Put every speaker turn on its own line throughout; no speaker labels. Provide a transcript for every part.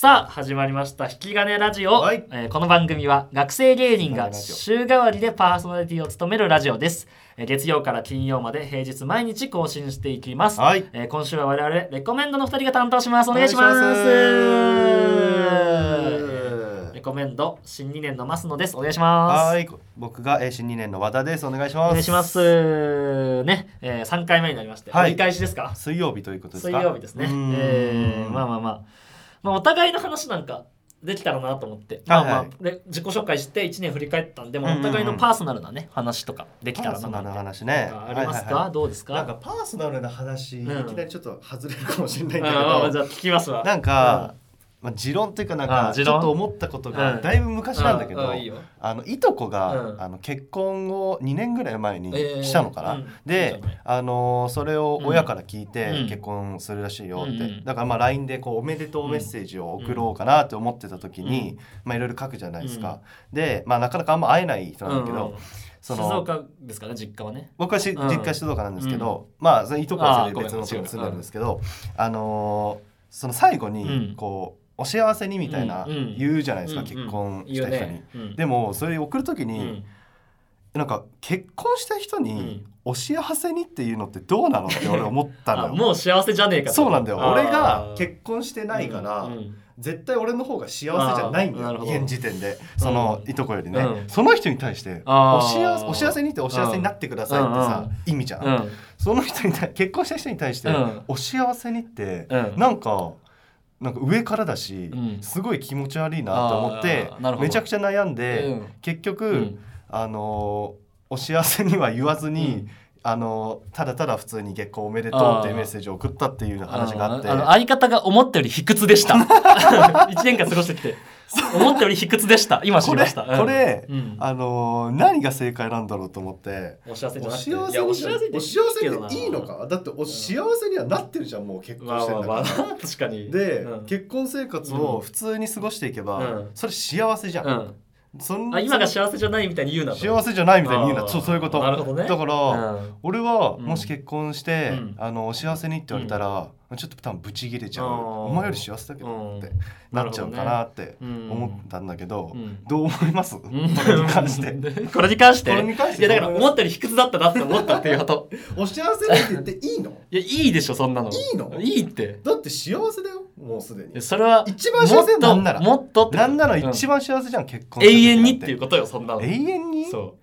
さあ始まりました引き金ラジオ、
はい。
この番組は学生芸人が週替わりでパーソナリティを務めるラジオです。月曜から金曜まで平日毎日更新していきます。
はい。
今週は我々レコメンドの2人が担当します。お願いします。レコメンド新2年の増野です。お願いします。
はい。僕が新2年の和田です。お願いします。
お願いしますね。3回目になりまして、
はい、
折り返しですか？
水曜日ということですか？
水曜日ですね。まあお互いの話なんかできたらなと思って、自己紹介して1年振り返ったんで、お互いのパーソナルなね話とかできたらな。
パーソナルな話ね。
ありますか？どうですか？
なんかパーソナルな話、いきなりちょっと外れるかもしれないんだけど、
じゃあ聞きますわ。
なんか、持論っていうかなんかちょっと思ったことがだいぶ昔なんだけど、いとこが結婚を2年ぐらい前にしたのかな。で、それを親から聞いて結婚するらしいよって、だからLINE でこうおめでとうメッセージを送ろうかなって思ってた時にいろいろ書くじゃないですか。で、なかなかあんま会えない人なんだけど、
静岡ですかね、実家はね。
僕は実家静岡なんですけど、そのいとこは別のところに住んでるんですけど、その最後にこうお幸せにみたいな言うじゃないですか、結婚した人に。でもそれ送るときになんか結婚した人にお幸せにっていうのってどうなのって俺思ったのよ。
もう幸せじゃねえかと。
そうなんだよ。俺が結婚してないから絶対俺の方が幸せじゃないんだよ、現時点で。そのいとこよりね、その人に対してお幸せにってお幸せになってくださいってさ意味じゃん。その人に結婚した人に対してお幸せにってなんか上からだし、すごい気持ち悪いなと思ってめちゃくちゃ悩んで、結局お幸せには言わずに、ただただ普通に結婚おめでとうっていうメッセージを送ったっていう話があって、
相方が思ったより卑屈でした1年間過ごしてきて思ったより卑屈でした。今知りました。
これ、何が正解なんだろうと思って。
お幸せじゃなくて、
お幸せでいいのか？だってお幸せにはなってるじゃん、もう結婚してんだから。
確かに。
で、結婚生活を普通に過ごしていけば、それ幸せじゃん。
今が幸せじゃないみたいに言うなと。
幸せじゃないみたいに言うな。そういうこと。
なるほどね。
だから俺はもし結婚してお幸せにって言われたらちょっと多分ブチギレちゃう。お前より幸せだけどってなっちゃうかなって思ったんだけど、どう思います？これに関して。
これに関して。いやだから思ったより卑屈だったなって思ったっていうこと。
お幸せにって言っていいの？
いやいいでしょそんなの。いいの？いいって。
だって幸せだよ。もうすでに。
それは
一番幸せなんなら。
もっと
なんなら一番幸せじゃん、結婚。
永遠にっていうことよ、そんなの。
永遠に？
そう。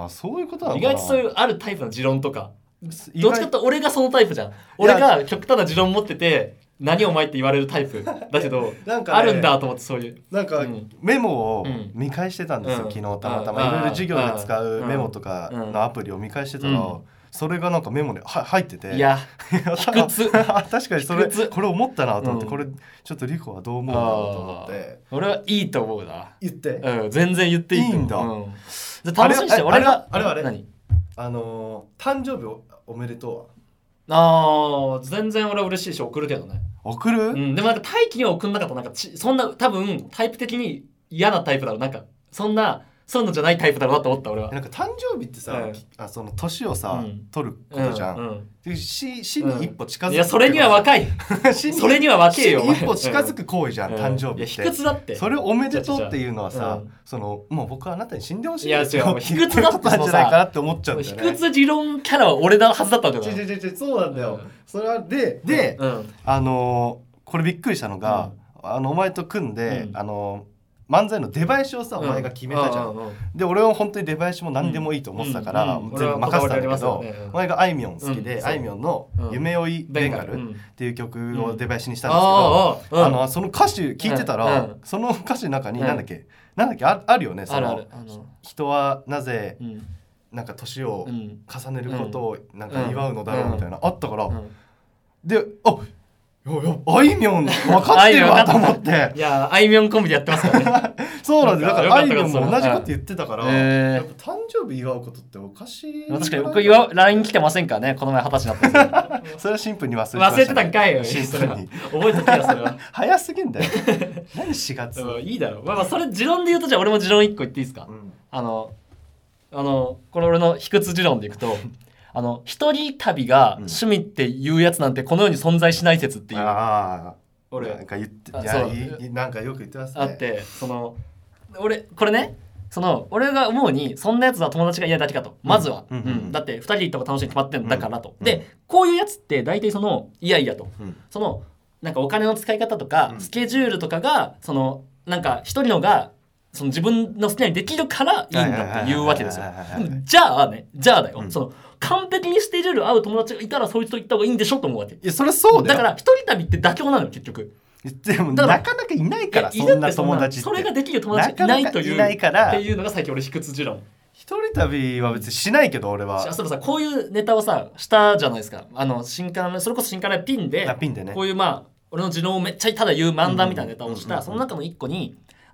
そういうことなのかな。
意外とそういうあるタイプの持論とか。どっちかと俺がそのタイプじゃん。俺が極端な持論持ってて何お前って言われるタイプだけどあるんだと思って。そういう
なんかメモを見返してたんですよ、昨日たまたま。いろいろ授業で使うメモとかのアプリを見返してたら、それがなんかメモに入ってて、
いや卑屈
確かにこれ思ったなと思って、これちょっとリコはどう思うのと思って。
俺はいいと思うな。
言って、
全然言っていいんだ。楽しみにして。
俺が
何
誕生日おめでとう。
全然俺は嬉しいし送るけどね。
送る？
でもなんか大気には送んなかった。なんかそんな多分タイプ的に嫌なタイプだろう。なんかそういうのじゃないタイプだろうなと思った俺は。
なんか誕生日ってさ、その年をさ取ることじゃん。死に一歩近づく。
いやそれには若い。それには若いよ。
死に一歩近づく行為じゃん、誕生日って。
卑屈だって。
それをおめでとうっていうのはさ、もう僕はあなたに死んでほしいですよ。
卑屈だって
なんじゃないかなって思っちゃうんだよね。
卑屈持論キャラは俺のはずだったんだよ。
そうなんだよ。それはでこれびっくりしたのが、お前と組んで漫才の出囃子をさ、お前が決めたじゃん。で俺は本当に出囃子も何でもいいと思ってたから全部任せたんだけど、お前があいみょん好きで、あいみょんの「夢追いベンガル」っていう曲を出囃子にしたんですけど、その歌詞聞いてたら、その歌詞の中になんだっけあるよね。その人はなぜなんか年を重ねることをなんか祝うのだろうみたいなあったから、であいみょん分かってるわと思って。
いやあいみょんコンビでやってますからね。
そうなんです。だからあいみょんも同じこと言ってたから、やっぱ誕生日祝うことっておかしい。
確かに僕LINE 来てませんからね。この前20歳になった。
それはシンプルに忘れてました。
忘れてたんかいよ。
シンプルに
覚えとけよそれは。
早すぎんだよ。何4月。
いいだろ。それ持論で言うと、じゃあ俺も持論1個言っていいですか。これ俺の卑屈持論でいくと、一人旅が趣味っていうやつなんてこの世に存在しない説っていう俺
なんか言ってなんかよく言ってますね。
あって俺これね俺が思うにそんなやつは友達が嫌だけかとまずは、だって2人で行った方が楽しいに決まってんだからと、でこういうやつって大体いやいやと、なんかお金の使い方とか、スケジュールとかがなんか一人のが自分の好きなようにできるからいいんだって言うわけですよ。じゃあだよ、完璧にスケジュール合う友達がいたらそいつと行った方がいいんでしょと思うわけ。
いやそれそうだよ。
だから一人旅って妥協なのよ結局。
でもなかなかいないからそんな友達って。
それができる友達がいないというっていうのが最近俺卑屈持論。
一人旅は別にしないけど俺は。
そうさこういうネタをさしたじゃないですか。それこそ新刊でピンで
ね、
こういう俺の持論をめっちゃただ言う漫談みたいなネタをした、その中の一個に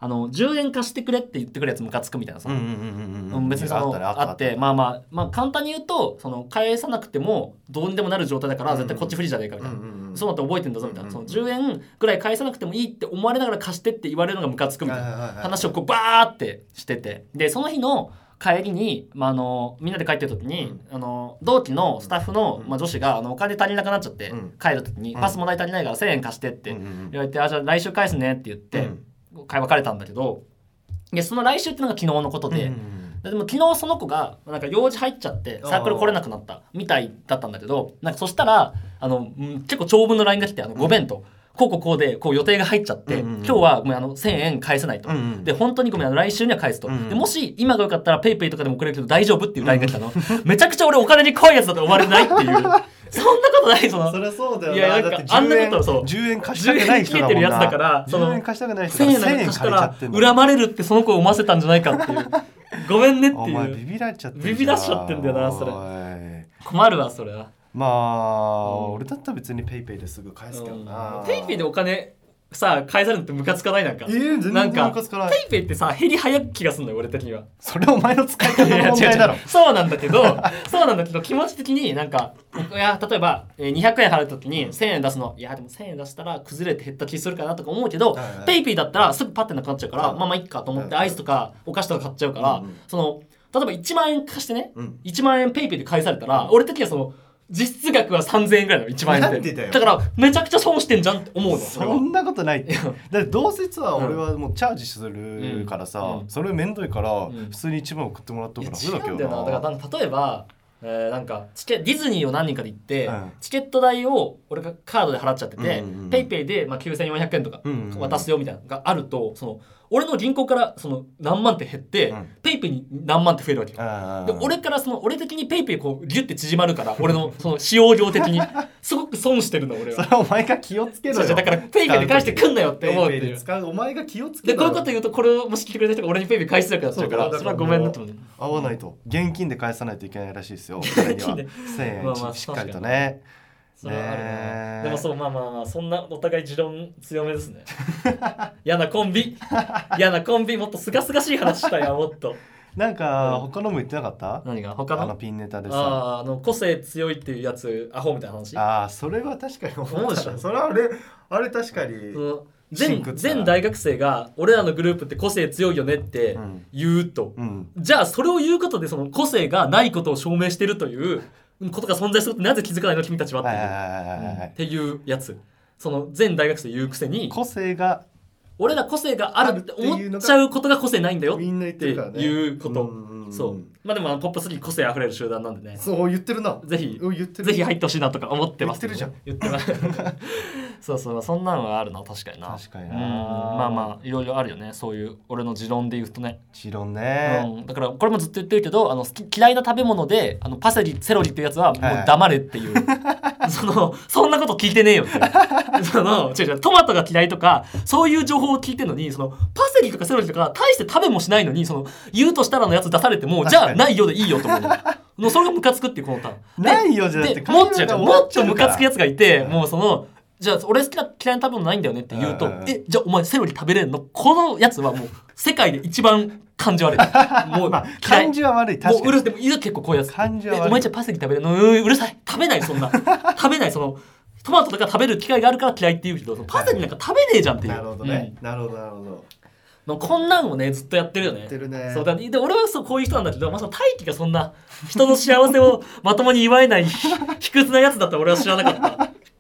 10円貸してくれって言ってくるやつムカつくみたいな別にあってまあ簡単に言うと返さなくてもどうにでもなる状態だから絶対こっち不利じゃねえかみたいな、そうなって覚えてんだぞみたいな、10円ぐらい返さなくてもいいって思われながら貸してって言われるのがムカつくみたいな話をバーってしてて、でその日の帰りに、みんなで帰ってる時に、同期のスタッフの、女子がお金足りなくなっちゃって、帰る時に、パスもらい足りないから1000円貸してって言われて、じゃあ来週返すねって言って、会話別れたんだけど、でその来週ってのが昨日のことで、でも昨日その子がなんか用事入っちゃってサークル来れなくなったみたいだったんだけど、なんかそしたら結構長文の LINE が来てご弁と。こうで予定が入っちゃって、今日はごめん1000円返せないと、で本当にごめん来週には返すと、でもし今がよかったらペイペイとかでも送れるけど大丈夫っていう LINE が来たの、めちゃくちゃ俺お金に怖いやつだと思われてないっていうそんなことない
そりゃそうだよな。
いやなんかあんなこと
10円貸したくない人だもんな。10円消えてるやつだから
10
円貸したくない人が1000円貸しちゃってんの。
恨まれるってその子を思わせたんじゃないかっていうごめんねっていう。
お前ビビられちゃってるじゃん。
ビビらしちゃってんだよなそれ。困るわそれは。
俺だったら別にペイペイですぐ返すけどな。
ペイペイでお金さ返されるのってムカつかないなんか。
全然ムカつかない。
ペイペイってさ減り早く気がするのよ俺的には。
それお前の使い方の問題だろ。
そうなんだけど気持ち的になんか例えば200円払うときに1000円出すの、いやでも1000円出したら崩れて減った気するかなとか思うけど、ペイペイだったらすぐパッてなくなっちゃうから、まあいっかと思ってアイスとかお菓子とか買っちゃうから、例えば1万円貸してね、1万円ペイペイで返されたら、俺的には実質額は3000円ぐらいの1万円ってだからめちゃくちゃ損してんじゃんって思うの。
そんなことないってだってどうせは俺はもうチャージするからさ、それめんどいから普通に1万送ってもらったから
そうだけどな。だから例えばなんかディズニーを何人かで行って、チケット代を俺がカードで払っちゃってて、ペイペイで9400円とか渡すよみたいなのがあると、俺の銀行から何万って減って、ペイペイに何万って増えるわけよ。で俺から俺的にペイペイこうギュッて縮まるから俺の使用量的にすごく損してるの俺は。
それお前が気をつけろよ。
だからペイペイで返してくんなよって思うっていう。
お前が気をつけろよ。
でこういうこと言うとこれをもし聞いてくれた人が俺にペイペイ返しづらくなっちゃうから、それはごめんなって思う。
合わないと現金で返さないといけないらしいですよ。1000円しっかりとね。
それはあるね。でもまあそんなお互い持論強めですね。嫌なコンビもっとすがすがしい話したいわもっと。
なんか他のも言ってなかった？
何が他の
ピンネタでさ、
個性強いっていうやつアホみたいな話。
それは確かに
思うでしょ。
それはあれ確かに
全大学生が俺らのグループって個性強いよねって言うと、じゃあそれを言うことで個性がないことを証明してるということが存在するってなぜ気づかないの君たちはっていうやつ。全大学生言うくせに俺ら個性があるって思っちゃうことが個性ないんだよっていうこと。そうまあでもポップ3個性あふれる集団なんでね。
そう言ってるな。
ぜひ入ってほしいなとか思ってます。
言ってるじゃん。
言ってます。そうそんなのはあるな確かにな。まあいろいろあるよねそういう俺の持論で言うとね。
持論ね。
だからこれもずっと言ってるけど嫌いな食べ物でパセリセロリっていうやつはもう黙れっていう。そんなこと聞いてねえよって違うトマトが嫌いとかそういう情報を聞いてるのにパセリとかセロリとか大して食べもしないのに言うとしたらのやつ出されてもじゃあないよでいいよと思うそれがムカつくっていうこのターン
ないよじゃなくて
もっとムカつくやつがいてもうじゃあ俺嫌いな食べ物ないんだよねって言うとじゃあお前セロリ食べれるのこのやつはもう世界で一番感じ悪いもう
感じは悪い確かに
でもいる結構こういうやつ
感じは悪い
お前じゃあパセリ食べれるのうるさい食べないそんな食べないトマトとか食べる機会があるから嫌いって言うけどパセリなんか食べねえじゃんっていう。
なるほどねなるほど
こんなんをねずっとやってるよね。
やってるね。
そうで俺はこういう人なんだけど、まさか大輝がそんな人の幸せをまともに祝えない卑屈なやつだったら俺は知らなかった。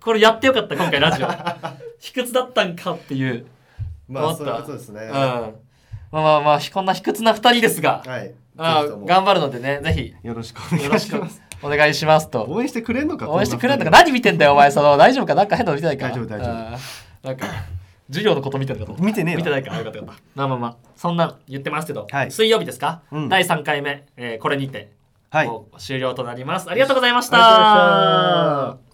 これやってよかった今回ラジオ卑屈だったんかっていう
まあそういうことですね。
まあこんな卑屈な2人ですが、はい、頑張るのでね、ぜひ
よろしくお願いします。
お願いしますと。
応援してくれんのか。
応援してくれんのか。何見てんだよお前。大丈夫か。なんか変なの見てないか。
大丈夫。
なんか授業のこと見てるかと。
見てねえわ。
見てないか。よかった。まあそんな言ってますけど、水曜日ですか。第3回目これにてもう終了となります。ありがとうございました。